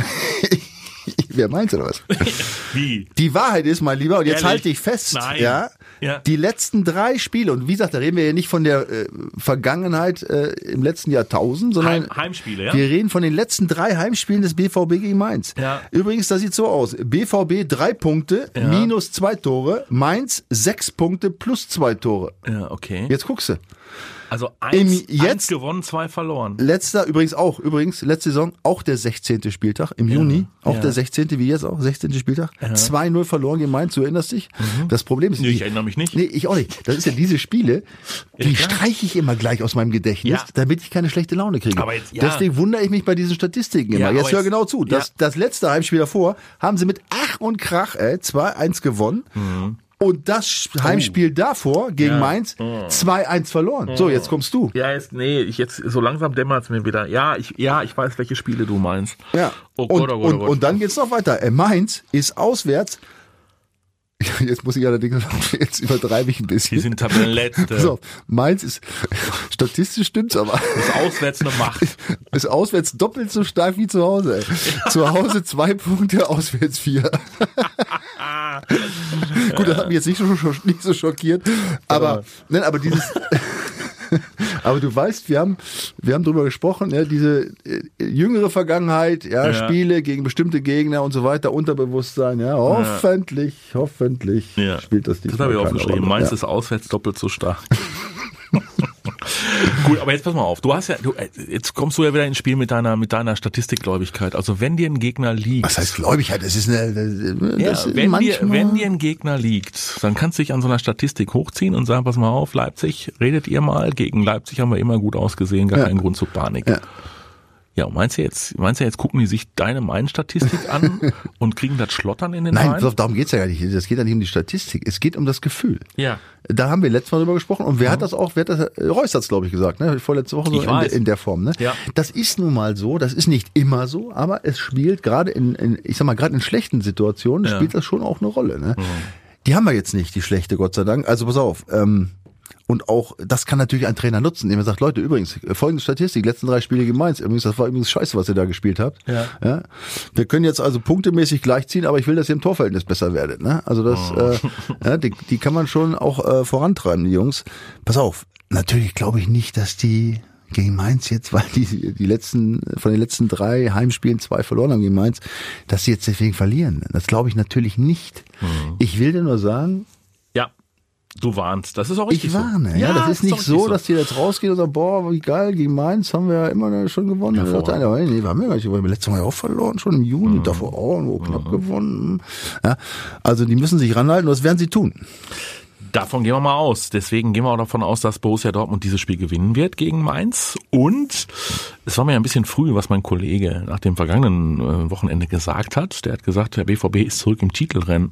Wer meint oder was? Wie? Die Wahrheit ist, mein Lieber, und jetzt Ehrlich? halte ich fest, Nein. ja, Ja. die letzten 3 Spiele, und wie gesagt, da reden wir ja nicht von der Vergangenheit im letzten Jahrtausend, sondern Heimspiele, ja? wir reden von den letzten 3 Heimspielen des BVB gegen Mainz. Ja. Übrigens, das sieht so aus. BVB 3 Punkte, minus 2 Tore, Mainz 6 Punkte plus 2 Tore. Ja, okay. Jetzt guckst du. Also 1 gewonnen, 2 verloren. Letzte Saison auch der 16. Spieltag im Juni, auch der 16. wie jetzt auch, 16. Spieltag, 2:0 verloren gegen Mainz, du erinnerst dich? Das Problem ist, Ich erinnere mich nicht. Nee, ich auch nicht. Das ist ja diese Spiele, die streiche ich immer gleich aus meinem Gedächtnis, damit ich keine schlechte Laune kriege. Aber jetzt, Deswegen wundere ich mich bei diesen Statistiken immer. Jetzt hör genau zu. Das letzte Heimspiel davor haben sie mit Ach und Krach 2:1 gewonnen. Und das Heimspiel davor gegen Mainz 2:1 verloren. So, jetzt kommst du. Ja, jetzt so langsam dämmert es mir wieder. Ja, ich weiß, welche Spiele du meinst. Ja. Oh Gott. Und dann geht's noch weiter. Mainz ist auswärts. Jetzt muss ich allerdings, jetzt übertreibe ich ein bisschen. Die sind Tabellenletzte. So, Mainz ist, statistisch stimmt's aber. Ist auswärts eine Macht. Ist auswärts doppelt so stark wie zu Hause. Zu Hause 2 Punkte, auswärts 4. Gut, das hat mich jetzt nicht so schockiert. Aber dieses, aber du weißt, wir haben drüber gesprochen, ja, diese jüngere Vergangenheit, Spiele gegen bestimmte Gegner und so weiter, Unterbewusstsein, hoffentlich spielt das die. Das habe ich aufgeschrieben. Mainz ist auswärts doppelt so stark. Gut, aber jetzt pass mal auf. Jetzt kommst du ja wieder ins Spiel mit deiner Statistikgläubigkeit. Also wenn dir ein Gegner liegt. Was heißt Gläubigkeit? Das ist wenn dir ein Gegner liegt, dann kannst du dich an so einer Statistik hochziehen und sagen, pass mal auf, Leipzig, redet ihr mal. Gegen Leipzig haben wir immer gut ausgesehen, gar keinen Grund zur Panik. Ja, und meinst du jetzt gucken die sich deine Mainz-Statistik an und kriegen das Schlottern in den Beinen? Nein, darum geht's ja gar nicht. Es geht ja nicht um die Statistik. Es geht um das Gefühl. Ja. Da haben wir letztes Mal drüber gesprochen. Und wer hat das Reus hat's, glaube ich, gesagt, ne? Vorletzte Woche so in der Form, ne? Ja. Das ist nun mal so. Das ist nicht immer so, aber es spielt gerade gerade in schlechten Situationen spielt das schon auch eine Rolle, ne? Die haben wir jetzt nicht, die schlechte, Gott sei Dank. Also pass auf, und auch, das kann natürlich ein Trainer nutzen, indem er sagt, Leute, übrigens, folgende Statistik, die letzten 3 Spiele gegen Mainz, das war übrigens scheiße, was ihr da gespielt habt. Ja. Wir können jetzt also punktemäßig gleichziehen, aber ich will, dass ihr im Torverhältnis besser werdet. Ne? Also das, die kann man schon auch vorantreiben, die Jungs. Pass auf, natürlich glaube ich nicht, dass die gegen Mainz jetzt, weil von den letzten 3 Heimspielen 2 verloren haben gegen Mainz, dass sie jetzt deswegen verlieren. Das glaube ich natürlich nicht. Ich will dir nur sagen, du warnst, das ist auch richtig. Ich warne, ja, das ist nicht so, dass die jetzt rausgehen und sagen, boah, wie geil, gegen Mainz haben wir ja immer schon gewonnen. Nee, wir haben ja gar nicht, wir haben letztes Mal ja auch verloren, schon im Juni, davor auch knapp gewonnen. Ja, also die müssen sich ranhalten und das werden sie tun. Davon gehen wir mal aus. Deswegen gehen wir auch davon aus, dass Borussia Dortmund dieses Spiel gewinnen wird gegen Mainz. Und es war mir ein bisschen früh, was mein Kollege nach dem vergangenen Wochenende gesagt hat. Der hat gesagt, der BVB ist zurück im Titelrennen.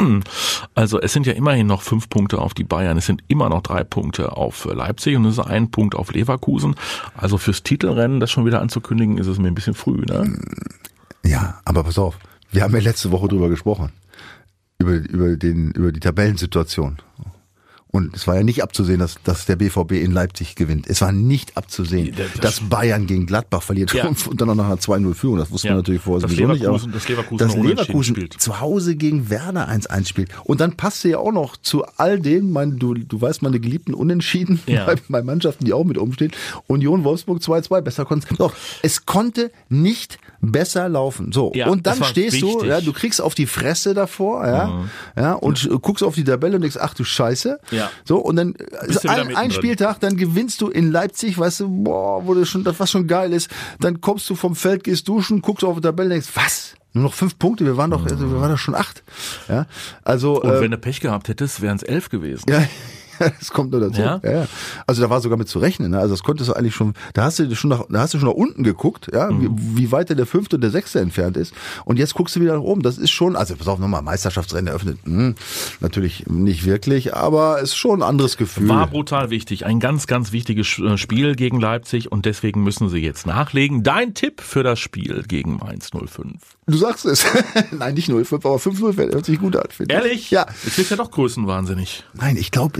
Also es sind ja immerhin noch 5 Punkte auf die Bayern. Es sind immer noch 3 Punkte auf Leipzig und es ist 1 Punkt auf Leverkusen. Also fürs Titelrennen, das schon wieder anzukündigen, ist es mir ein bisschen früh, ne? Ja, aber pass auf. Wir haben ja letzte Woche drüber gesprochen. Über die Tabellensituation. Und es war ja nicht abzusehen, dass der BVB in Leipzig gewinnt. Es war nicht abzusehen, dass Bayern gegen Gladbach verliert und dann noch nach einer 2:0-Führung. Das wusste man natürlich vorher sowieso nicht. Aber dass Leverkusen zu Hause gegen Werder 1:1 spielt. Und dann passte ja auch noch zu all dem, du weißt, meine geliebten Unentschieden bei Mannschaften, die auch mit umstehen. Union Wolfsburg 2:2, besser konnte es. Doch, es konnte nicht besser laufen. So, und dann stehst du, du kriegst auf die Fresse davor, und guckst auf die Tabelle und denkst, ach du Scheiße. Ja. Ja. So, und dann ein Spieltag, dann gewinnst du in Leipzig, weißt du, boah, was schon geil ist. Dann kommst du vom Feld, gehst duschen, guckst auf die Tabelle und denkst, was? Nur noch 5 Punkte, wir waren doch schon 8. Ja, also. Und wenn du Pech gehabt hättest, wären es 11 gewesen. Ja. Das kommt nur dazu. Ja? Ja. Also da war sogar mit zu rechnen. Ne? Also das konntest du eigentlich schon, da hast du schon nach unten geguckt, ja, wie weit der 5. und der 6. entfernt ist. Und jetzt guckst du wieder nach oben. Das ist schon, also pass auf, nochmal, Meisterschaftsrennen eröffnet. Natürlich nicht wirklich, aber ist schon ein anderes Gefühl. War brutal wichtig. Ein ganz, ganz wichtiges Spiel gegen Leipzig und deswegen müssen sie jetzt nachlegen. Dein Tipp für das Spiel gegen Mainz 05. Du sagst es. Nein, nicht 05, aber 5-0 hört sich gut an. Ehrlich? Ja. Jetzt bist ja doch größenwahnsinnig. Nein, ich glaube,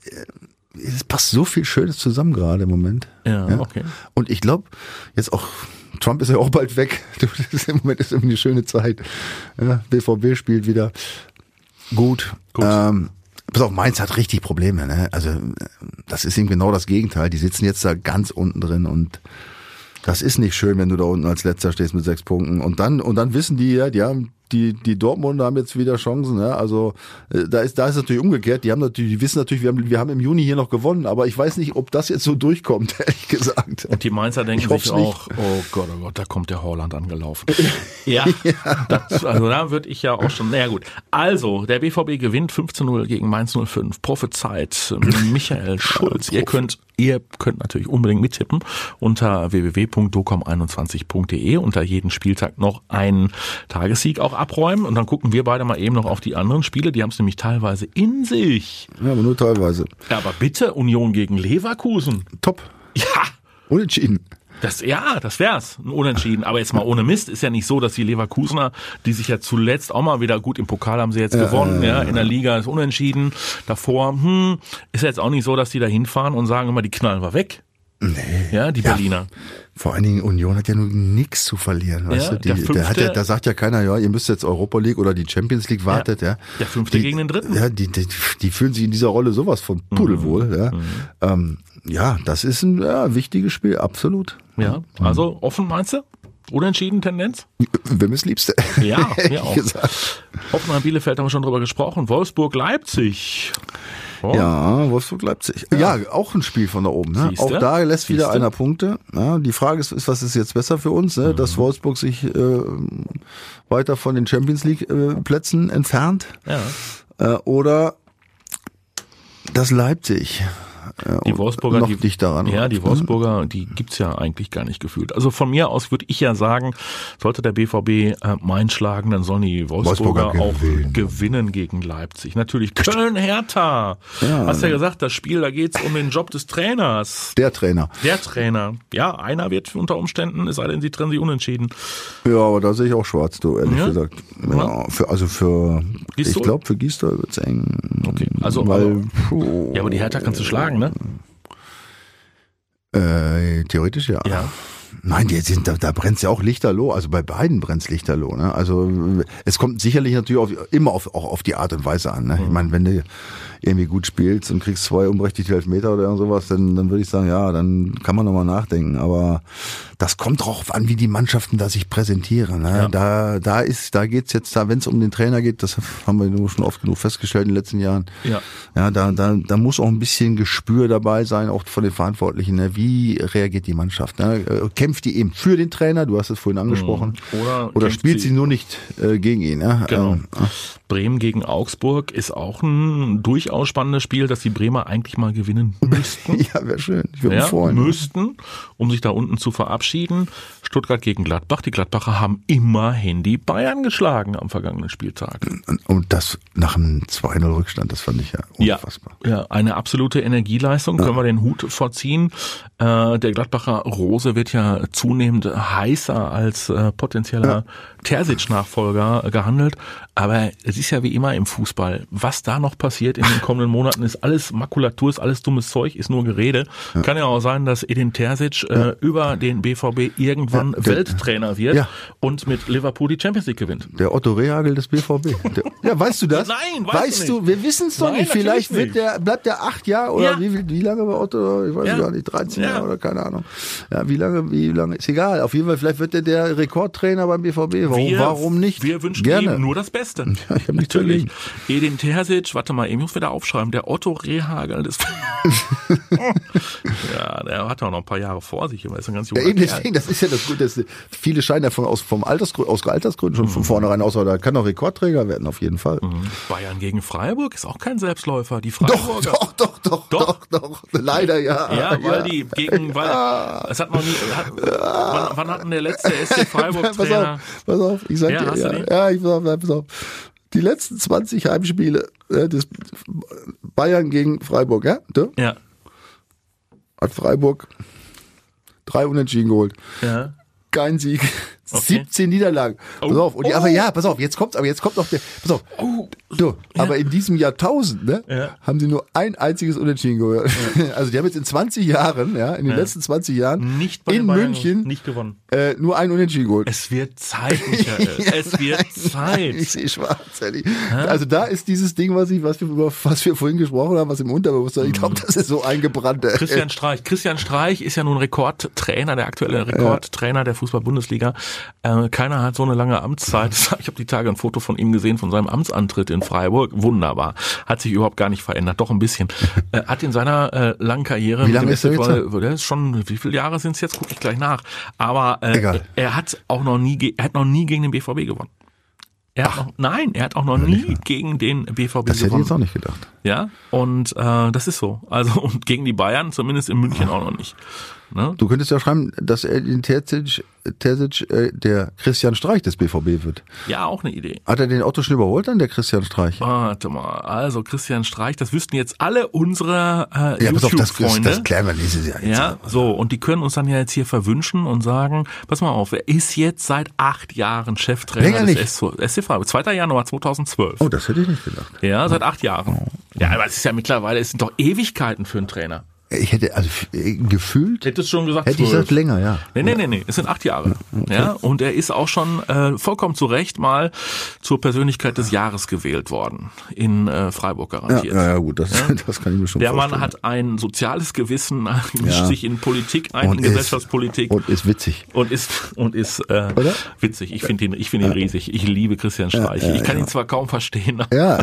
es passt so viel Schönes zusammen gerade im Moment. Ja, okay. Und ich glaube, jetzt auch, Trump ist ja auch bald weg. Im Moment ist irgendwie eine schöne Zeit. Ja, BVB spielt wieder gut. Pass auf, Mainz hat richtig Probleme. Ne? Also das ist eben genau das Gegenteil. Die sitzen jetzt da ganz unten drin und das ist nicht schön, wenn du da unten als Letzter stehst mit 6 Punkten. Und dann wissen die ja, die Dortmunder haben jetzt wieder Chancen, ja. Also da ist natürlich umgekehrt. Die wissen natürlich, wir haben im Juni hier noch gewonnen, aber ich weiß nicht, ob das jetzt so durchkommt, ehrlich gesagt. Und die Mainzer denken sich auch, oh Gott, da kommt der Holland angelaufen. Ja. Also da würde ich ja auch schon, naja gut. Also, der BVB gewinnt 15-0 gegen Mainz 05. Prophezeit Michael Schulz. Ihr könnt natürlich unbedingt mittippen unter www.docom21.de. Unter jeden Spieltag noch einen Tagessieg auch abräumen und dann gucken wir beide mal eben noch auf die anderen Spiele. Die haben es nämlich teilweise in sich. Ja, aber nur teilweise. Ja, aber bitte, Union gegen Leverkusen. Top. Ja. Unentschieden. Das wär's. Ein Unentschieden. Aber jetzt mal ohne Mist. Ist ja nicht so, dass die Leverkusener, die sich ja zuletzt auch mal wieder gut im Pokal haben sie jetzt gewonnen, ja, in der Liga ist Unentschieden. Davor, ist ja jetzt auch nicht so, dass die da hinfahren und sagen immer, die knallen wir weg. Nee. Ja, die Berliner. Vor allen Dingen Union hat ja nur nichts zu verlieren, weißt du? Da sagt ja keiner, ja, ihr müsst jetzt Europa League oder die Champions League wartet, ja. Der 5. gegen den 3. Ja, die fühlen sich in dieser Rolle sowas von pudelwohl, ja. Ja, das ist ein wichtiges Spiel, absolut. Ja, also offen meinst du? Unentschieden Tendenz? Wem ist Liebste? Ja, mir auch. Hoffenheim Bielefeld haben wir schon drüber gesprochen. Wolfsburg Leipzig. Oh. Ja, Wolfsburg-Leipzig. Ja, auch ein Spiel von da oben. Ne? Auch da lässt wieder einer Punkte. Ja, die Frage ist, was ist jetzt besser für uns? Ne? Dass Wolfsburg sich weiter von den Champions League Plätzen entfernt? Ja. Oder dass Leipzig die Wolfsburger noch dichter ran. Ja, die Wolfsburger, die gibt's ja eigentlich gar nicht gefühlt. Also von mir aus würde ich ja sagen, sollte der BVB Mainz schlagen, dann sollen die Wolfsburger auch gewinnen gegen Leipzig. Natürlich Köln-Hertha. Ja, hast ja gesagt, das Spiel, da geht's um den Job des Trainers. Der Trainer. Ja, einer wird unter Umständen, es sei denn, sie trennen sich unentschieden. Ja, aber da sehe ich auch schwarz, du, ehrlich gesagt. Ja, ich glaube, für Gisdol wird's eng. Okay, also, aber die Hertha kannst du schlagen, ne? Theoretisch ja. Nein, da brennt's ja auch lichterloh, also bei beiden brennt's lichterloh, ne? Also es kommt sicherlich natürlich auch auf die Art und Weise an, ne? Ich meine, wenn du irgendwie gut spielst und kriegst 2 unberechtigte Elfmeter oder sowas, dann würde ich sagen, ja, dann kann man nochmal nachdenken, aber das kommt drauf an, wie die Mannschaften da sich präsentieren, ne? Ja. Da geht's jetzt, wenn es um den Trainer geht, das haben wir nur schon oft genug festgestellt in den letzten Jahren. Ja, da muss auch ein bisschen Gespür dabei sein, auch von den Verantwortlichen, ne? Wie reagiert die Mannschaft, ne? Kämpft die eben für den Trainer, du hast es vorhin angesprochen, oder spielt sie nur nicht gegen ihn, ne? Genau. Bremen gegen Augsburg ist auch ein durchaus spannendes Spiel, das die Bremer eigentlich mal gewinnen müssten. Ja, wäre schön. Ich würde mich freuen. Müssten, um sich da unten zu verabschieden. Stuttgart gegen Gladbach. Die Gladbacher haben immerhin die Bayern geschlagen am vergangenen Spieltag. Und das nach einem 2-0 Rückstand, das fand ich ja unfassbar. Ja, eine absolute Energieleistung, können wir den Hut vorziehen. Der Gladbacher Rose wird ja zunehmend heißer als potenzieller Terzic-Nachfolger gehandelt. Aber es ist ja wie immer im Fußball. Was da noch passiert in den kommenden Monaten, ist alles Makulatur, ist alles dummes Zeug, ist nur Gerede. Kann ja auch sein, dass Edin Terzic über den BVB irgendwann Welttrainer wird und mit Liverpool die Champions League gewinnt. Der Otto Rehagel des BVB. Ja, weißt du das? Nein, weißt du, wir wissen es doch nicht. Vielleicht bleibt der 8 Jahre oder wie lange war Otto? Ich weiß gar nicht, 13 Jahre oder keine Ahnung. Ja, wie lange ist egal. Auf jeden Fall, vielleicht wird der Rekordtrainer beim BVB. Warum nicht? Wir wünschen ihm nur das Beste. Ich habe nichts dagegen. Edin Terzic, warte mal, ich muss wieder aufschreiben, der Otto Rehhagel des ja, der hat auch noch ein paar Jahre vor sich, aber ist ein ganz junger Kerl. Das ist ja das Gute, viele scheinen davon aus Altersgründen schon von vornherein aus, aber da kann auch Rekordträger werden, auf jeden Fall. Bayern gegen Freiburg ist auch kein Selbstläufer, die Freiburger. Doch, leider ja. Ja, weil es hat noch nie, wann hat denn der letzte SC Freiburg-Trainer? Pass auf, ich sag dir, pass auf. Die letzten 20 Heimspiele des Bayern gegen Freiburg, ja? Ja. Hat Freiburg 3 Unentschieden geholt. Ja. Kein Sieg. Okay. 17 Niederlagen. Pass auf. Und pass auf, jetzt kommt noch der, pass auf. Aber in diesem Jahrtausend, haben sie nur ein einziges Unentschieden geholt. Ja. Also die haben jetzt in 20 Jahren, in den letzten 20 Jahren, nicht bei in München, nicht gewonnen. Nur ein Unentschieden geholt. Es wird Zeit, Michael. Es wird Zeit. Ich sehe schwarz, ehrlich. Also da ist dieses Ding, was wir vorhin gesprochen haben, was im Unterbewusstsein, ich glaube, das ist so eingebrannt. Christian Streich ist ja nun Rekordtrainer, der aktuelle Rekordtrainer der Fußball-Bundesliga. Keiner hat so eine lange Amtszeit. Ich habe die Tage ein Foto von ihm gesehen, von seinem Amtsantritt in Freiburg. Wunderbar. Hat sich überhaupt gar nicht verändert. Doch ein bisschen. Hat in seiner langen Karriere... Wie lange ist er jetzt? Der ist schon, wie viele Jahre sind es jetzt? Gucke ich gleich nach. Aber er hat noch nie gegen den BVB gewonnen. Er hat auch noch nie gegen den BVB gewonnen. Das hätte ich jetzt auch nicht gedacht. Ja, und das ist so. Also und gegen die Bayern, zumindest in München auch noch nicht. Ne? Du könntest ja schreiben, dass er den Terzic der Christian Streich des BVB wird. Ja, auch eine Idee. Hat er den Otto schon überholt dann, der Christian Streich? Warte mal, also Christian Streich, das wüssten jetzt alle unsere YouTube-Freunde. Das klären wir nächstes Jahr. Ja, so, und die können uns dann ja jetzt hier verwünschen und sagen, pass mal auf, er ist jetzt seit 8 Jahren Cheftrainer des SC Freiburg. 2. Januar 2012. Oh, das hätte ich nicht gedacht. Ja, seit 8 Jahren. Ja, aber es ist ja mittlerweile, es sind doch Ewigkeiten für einen Trainer. Ich hätte, also gefühlt, hättest schon gesagt, hätte ich gesagt länger, ja. Nee, es sind 8 Jahre. Okay. Ja, und er ist auch schon vollkommen zu Recht mal zur Persönlichkeit des Jahres gewählt worden. In Freiburg garantiert. Ja, gut, das kann ich mir schon vorstellen. Der Mann hat ein soziales Gewissen, mischt sich in Politik ein, in Gesellschaftspolitik. Und ist witzig. Und ist witzig. Ich finde ihn riesig. Ich liebe Christian Streich. Ich kann ihn zwar kaum verstehen. Ja.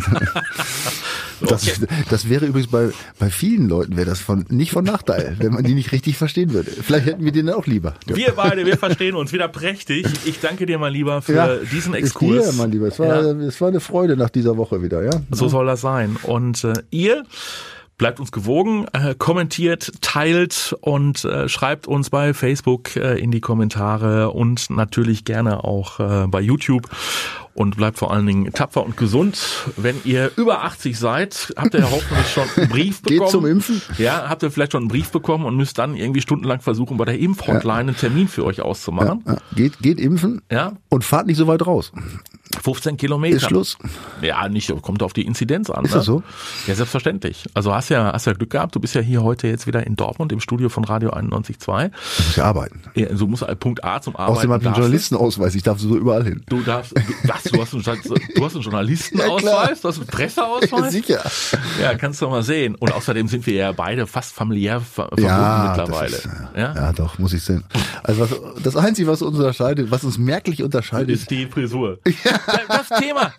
Das wäre übrigens bei vielen Leuten wäre das nicht von Nachteil, wenn man die nicht richtig verstehen würde. Vielleicht hätten wir den auch lieber. Wir beide, wir verstehen uns wieder prächtig. Ich danke dir mal lieber für diesen Exkurs. Dir, mein Lieber. Es war eine Freude nach dieser Woche wieder, ja. So soll das sein. Und ihr bleibt uns gewogen, kommentiert, teilt und schreibt uns bei Facebook in die Kommentare und natürlich gerne auch bei YouTube. Und bleibt vor allen Dingen tapfer und gesund. Wenn ihr über 80 seid, habt ihr ja hoffentlich schon einen Brief bekommen. Geht zum Impfen? Ja, habt ihr vielleicht schon einen Brief bekommen und müsst dann irgendwie stundenlang versuchen, bei der Impfhotline einen Termin für euch auszumachen. Ja. Geht impfen und fahrt nicht so weit raus. 15 Kilometer. Ist Schluss. Ja, nicht, kommt auf die Inzidenz an. Ist das so? Ja, selbstverständlich. Also hast ja Glück gehabt. Du bist ja hier heute jetzt wieder in Dortmund im Studio von Radio 91.2. Du musst ja arbeiten. Ja, du musst Punkt A zum Arbeiten. Außerdem habe ich einen Journalistenausweis. Ich darf so überall hin. Du hast einen Journalistenausweis? Du hast einen Presseausweis? Ja, sicher. Ja, kannst du mal sehen. Und außerdem sind wir ja beide fast familiär verbunden mittlerweile. Ja, doch, muss ich sehen. Also das Einzige, was uns merklich unterscheidet, ist die Frisur. Ja. Das Thema.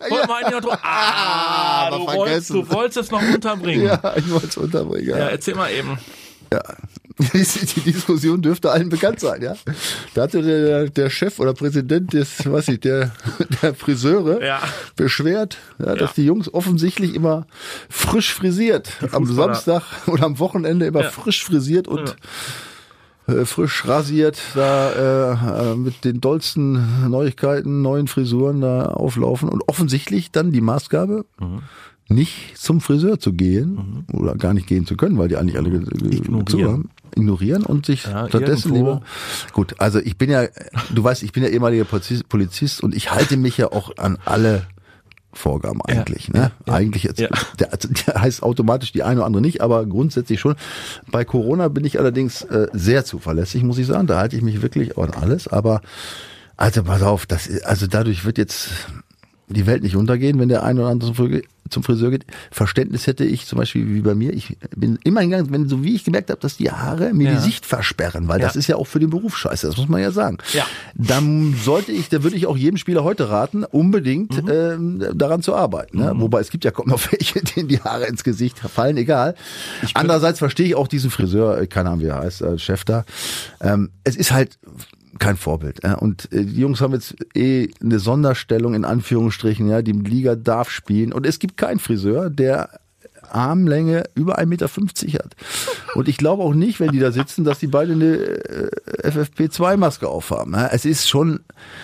Du wolltest es noch unterbringen. Ja, ich wollte es unterbringen. Ja, erzähl mal eben. Ja, die Diskussion dürfte allen bekannt sein, ja. Da hatte der Chef oder Präsident der Friseure beschwert, dass die Jungs offensichtlich immer frisch frisiert. Am Samstag oder am Wochenende immer frisch frisiert und frisch rasiert, da mit den dollsten Neuigkeiten, neuen Frisuren da auflaufen und offensichtlich dann die Maßgabe, nicht zum Friseur zu gehen oder gar nicht gehen zu können, weil die eigentlich alle ignorieren und sich stattdessen lieber... Gut, also du weißt, ich bin ja ehemaliger Polizist und ich halte mich ja auch an alle Vorgaben eigentlich. Eigentlich jetzt, der heißt automatisch die eine oder andere nicht, aber grundsätzlich schon. Bei Corona bin ich allerdings sehr zuverlässig, muss ich sagen. Da halte ich mich wirklich an alles. Aber also pass auf, dadurch wird jetzt die Welt nicht untergehen, wenn der eine oder andere zum Friseur geht. Verständnis hätte ich zum Beispiel wie bei mir. Ich bin immer hingegangen, wenn so wie ich gemerkt habe, dass die Haare mir die Sicht versperren, weil das ist ja auch für den Beruf scheiße, das muss man ja sagen. Ja. Dann da würde ich auch jedem Spieler heute raten, unbedingt daran zu arbeiten. Ne? Wobei es gibt ja kaum noch welche, denen die Haare ins Gesicht fallen, egal. Andererseits verstehe ich auch diesen Friseur, keine Ahnung wie er heißt, Chef da. Es ist halt kein Vorbild. Und die Jungs haben jetzt eine Sonderstellung in Anführungsstrichen. Ja, die Liga darf spielen. Und es gibt keinen Friseur, der Armlänge über 1,50 Meter hat. Und ich glaube auch nicht, wenn die da sitzen, dass die beide eine FFP2-Maske aufhaben. Es ist schon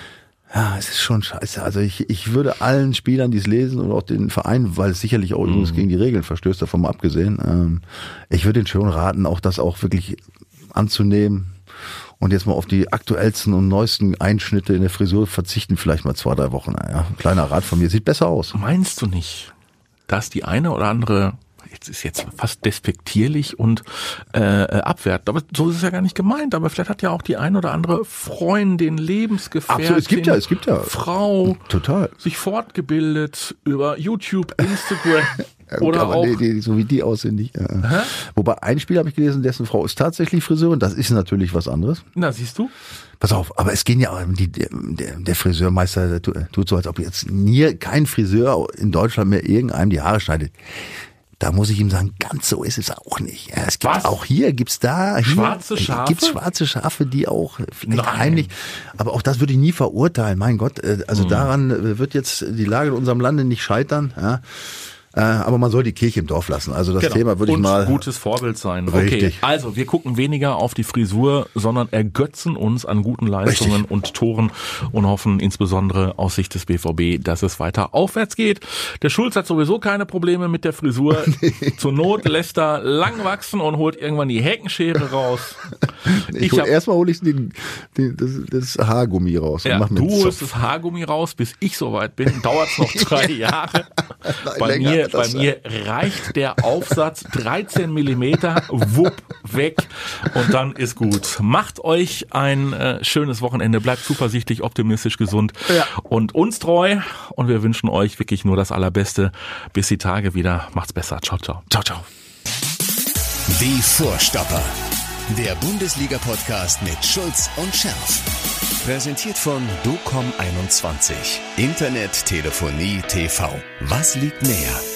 scheiße. Also ich würde allen Spielern, die es lesen und auch den Verein, weil es sicherlich auch übrigens gegen die Regeln verstößt, davon mal abgesehen, ich würde denen schon raten, auch das auch wirklich anzunehmen. Und jetzt mal auf die aktuellsten und neuesten Einschnitte in der Frisur verzichten, vielleicht mal 2-3 Wochen. Ja, kleiner Rat von mir, sieht besser aus. Meinst du nicht, dass die eine oder andere, jetzt fast despektierlich und abwertend, aber so ist es ja gar nicht gemeint, aber vielleicht hat ja auch die eine oder andere Freundin, Lebensgefährtin, absolut, es gibt ja Frau, total, sich fortgebildet über YouTube, Instagram. Oder aber auch so wie die aussehen nicht. Wobei ein Spiel habe ich gelesen, dessen Frau ist tatsächlich Friseurin. Das ist natürlich was anderes. Na, siehst du? Pass auf, aber es gehen ja der Friseurmeister tut so, als ob jetzt kein Friseur in Deutschland mehr irgendeinem die Haare schneidet. Da muss ich ihm sagen, ganz so ist es auch nicht. Ja, es gibt auch schwarze Schafe? Gibt's schwarze Schafe, die auch vielleicht heimlich, aber auch das würde ich nie verurteilen. Mein Gott, also daran wird jetzt die Lage in unserem Lande nicht scheitern. Ja. Aber man soll die Kirche im Dorf lassen. Also das Thema würde ich mal... Und gutes Vorbild sein. Richtig. Okay, also wir gucken weniger auf die Frisur, sondern ergötzen uns an guten Leistungen und Toren und hoffen insbesondere aus Sicht des BVB, dass es weiter aufwärts geht. Der Schulz hat sowieso keine Probleme mit der Frisur. Zur Not lässt er lang wachsen und holt irgendwann die Heckenschere raus. Erstmal hole ich das Haargummi raus. Ja, du holst das Haargummi raus, bis ich soweit bin. Dauert es noch 3 Jahre. Bei mir reicht der Aufsatz 13 Millimeter, wupp, weg und dann ist gut. Macht euch ein schönes Wochenende, bleibt zuversichtlich, optimistisch, gesund und uns treu und wir wünschen euch wirklich nur das Allerbeste. Bis die Tage wieder. Macht's besser. Ciao, ciao. Ciao, ciao. Die Vorstopper. Der Bundesliga-Podcast mit Schulz und Scherf. Präsentiert von DOCOM21. Internet, Telefonie, TV. Was liegt näher?